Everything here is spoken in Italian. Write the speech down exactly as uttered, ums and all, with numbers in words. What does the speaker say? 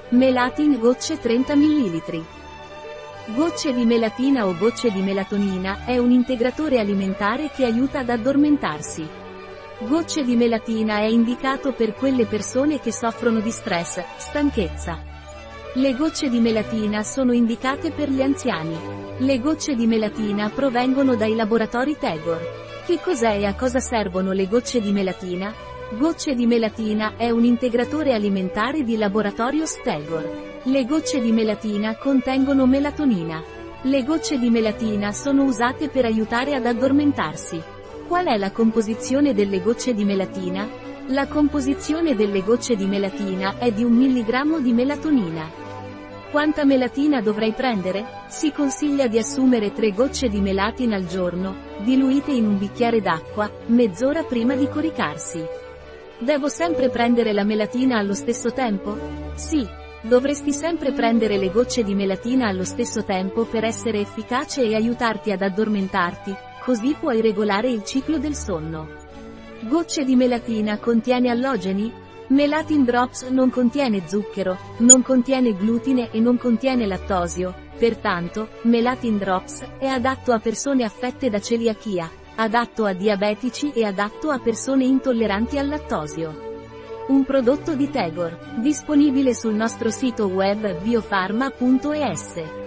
Melatin gocce trenta millilitri. Gocce di melatina o gocce di melatonina è un integratore alimentare che aiuta ad addormentarsi. Gocce di melatina è indicato per quelle persone che soffrono di stress, stanchezza. Le gocce di melatina sono indicate per gli anziani. Le gocce di melatina provengono dai laboratori Tegor. Che cos'è e a cosa servono le gocce di melatina? Gocce di melatina è un integratore alimentare di laboratorio Tegor. Le gocce di melatina contengono melatonina. Le gocce di melatina sono usate per aiutare ad addormentarsi. Qual è la composizione delle gocce di melatina? La composizione delle gocce di melatina è di un milligrammo di melatonina. Quanta melatina dovrei prendere? Si consiglia di assumere tre gocce di melatina al giorno, diluite in un bicchiere d'acqua, mezz'ora prima di coricarsi. Devo sempre prendere la melatina allo stesso tempo? Sì. Dovresti sempre prendere le gocce di melatina allo stesso tempo per essere efficace e aiutarti ad addormentarti, così puoi regolare il ciclo del sonno. Gocce di melatina contiene allogeni? Melatin Drops non contiene zucchero, non contiene glutine e non contiene lattosio, pertanto, Melatin Drops è adatto a persone affette da celiachia, adatto a diabetici e adatto a persone intolleranti al lattosio. Un prodotto di Tegor, disponibile sul nostro sito web biofarma punto es.